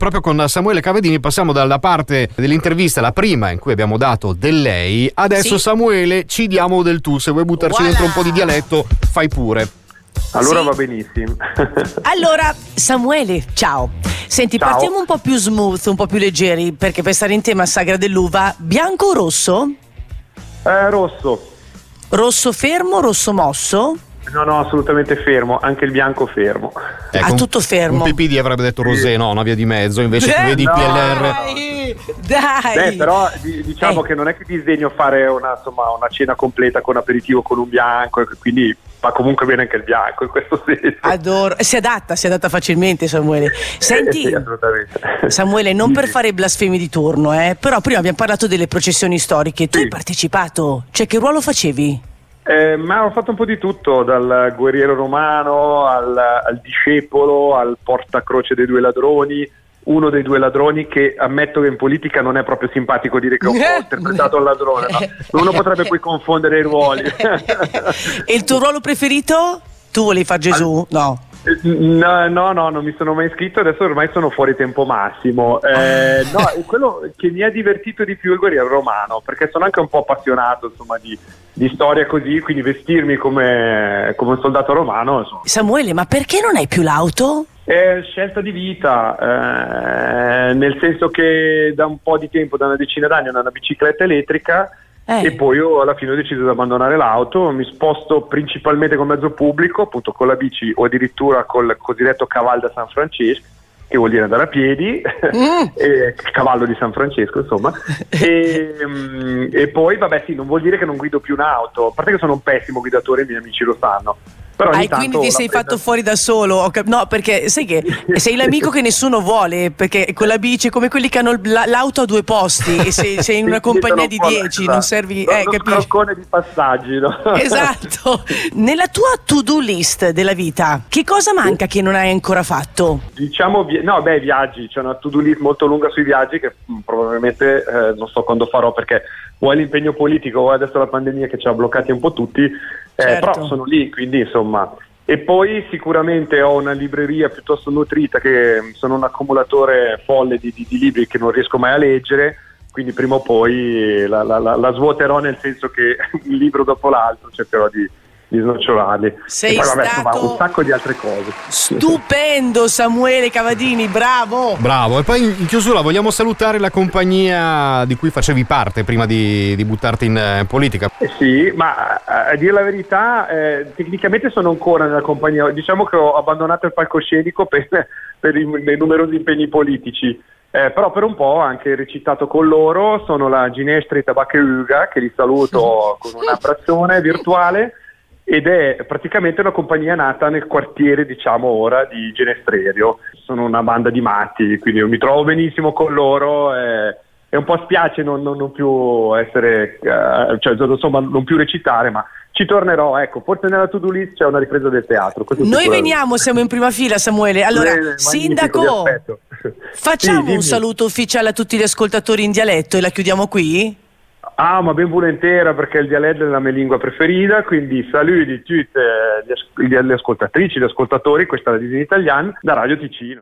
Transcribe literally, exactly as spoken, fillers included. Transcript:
proprio con Samuele Cavadini passiamo dalla parte dell'intervista, la prima in cui abbiamo dato del lei. Adesso sì. Samuele ci diamo del tu, se vuoi buttarci voilà. dentro un po' di dialetto fai pure. Allora sì. va benissimo. Allora, Samuele, ciao. Senti, Ciao. partiamo un po' più smooth, un po' più leggeri, perché per stare in tema Sagra dell'Uva, bianco o rosso? Eh, rosso. Rosso fermo, rosso mosso? No, no, assolutamente fermo, anche il bianco fermo. Ah, un- tutto fermo. Un P P D avrebbe detto rosé, no, una via di mezzo, invece tu Eh, vedi il no. P L R. Dai, dai. Beh, però di- diciamo Eh. che non è che disegno fare una, insomma, una cena completa con aperitivo con un bianco, e quindi va comunque bene anche il bianco in questo senso. Adoro, si adatta, si adatta facilmente Samuele. Senti, Eh, sì, assolutamente. Samuele, non Sì, per sì. fare blasfemi di turno, eh, però prima abbiamo parlato delle processioni storiche. Tu Sì. hai partecipato? Cioè, che ruolo facevi? Eh, ma ho fatto un po' di tutto, dal guerriero romano al, al discepolo, al portacroce dei due ladroni, uno dei due ladroni che ammetto che in politica non è proprio simpatico dire che ho interpretato il ladrone, no? Uno potrebbe poi confondere i ruoli. E il tuo ruolo preferito? Tu volevi fare Gesù? No. No, no, no, non mi sono mai iscritto, adesso ormai sono fuori tempo massimo. Eh, no, quello che mi ha divertito di più è il guerriero romano, perché sono anche un po' appassionato, insomma, di, di storia così, quindi vestirmi come, come un soldato romano, insomma. Samuele, ma perché non hai più l'auto? È scelta di vita, eh, nel senso che da un po' di tempo, da una decina d'anni, ho una bicicletta elettrica. Eh. E poi io alla fine ho deciso di abbandonare l'auto, mi sposto principalmente con mezzo pubblico, appunto con la bici o addirittura col cosiddetto cavallo da San Francesco, che vuol dire andare a piedi, Mm. e, cavallo di San Francesco insomma, e, mm, e poi vabbè sì, non vuol dire che non guido più un'auto, a parte che sono un pessimo guidatore, i miei amici lo sanno. Però ogni Ah, quindi tanto ti la sei prendo- fatto fuori da solo? Ho cap- no, perché sai che sei l'amico che nessuno vuole, perché con la bici è come quelli che hanno il- la- l'auto a due posti e sei, sei in una Sì, compagnia sono di un po' dieci, esatto. non servi... Lo- Eh, lo capisci? scroccone di passaggi, no? Esatto. Nella tua to-do list della vita, che cosa manca che non hai ancora fatto? Diciamo, vi- no, beh, viaggi, c'è una to-do list molto lunga sui viaggi che mh, probabilmente eh, non so quando farò, perché vuoi l'impegno politico, vuoi adesso la pandemia che ci ha bloccati un po' tutti, eh, Certo. però sono lì, quindi insomma. E poi sicuramente ho una libreria piuttosto nutrita, che mh, sono un accumulatore folle di, di- di libri che non riesco mai a leggere, quindi prima o poi la, la- la- la svuoterò, nel senso che un libro dopo l'altro cercherò di, di snoccionarli. Sei e poi vabbè, stato insomma, un sacco di altre cose. Stupendo, Samuele Cavadini, bravo! Bravo, e poi in chiusura vogliamo salutare la compagnia di cui facevi parte prima di, di buttarti in eh, politica. Eh sì, ma a, a dire la verità, eh, tecnicamente sono ancora nella compagnia, diciamo che ho abbandonato il palcoscenico per, per i, i numerosi impegni politici, eh, però per un po' ho anche recitato con loro, sono la Ginestri Tabacche Uga, che li saluto con un abbraccione virtuale, ed è praticamente una compagnia nata nel quartiere, diciamo ora, di Genestrerio. Sono una banda di matti, quindi io mi trovo benissimo con loro, eh, e un po' spiace non, non, non più essere, eh, cioè insomma non più recitare, ma ci tornerò, ecco, forse nella to-do list c'è una ripresa del teatro. questo Noi sicuramente. veniamo, siamo in prima fila, Samuele. Allora, Bene, magnifico, sindaco, vi aspetto. facciamo Sì, dimmi. un saluto ufficiale a tutti gli ascoltatori in dialetto e la chiudiamo qui? Ah, ma ben volentieri, perché il dialetto è la mia lingua preferita, quindi saluti tutte le, as- le ascoltatrici, gli ascoltatori, questa è la Disney Italiana, da Radio Ticino.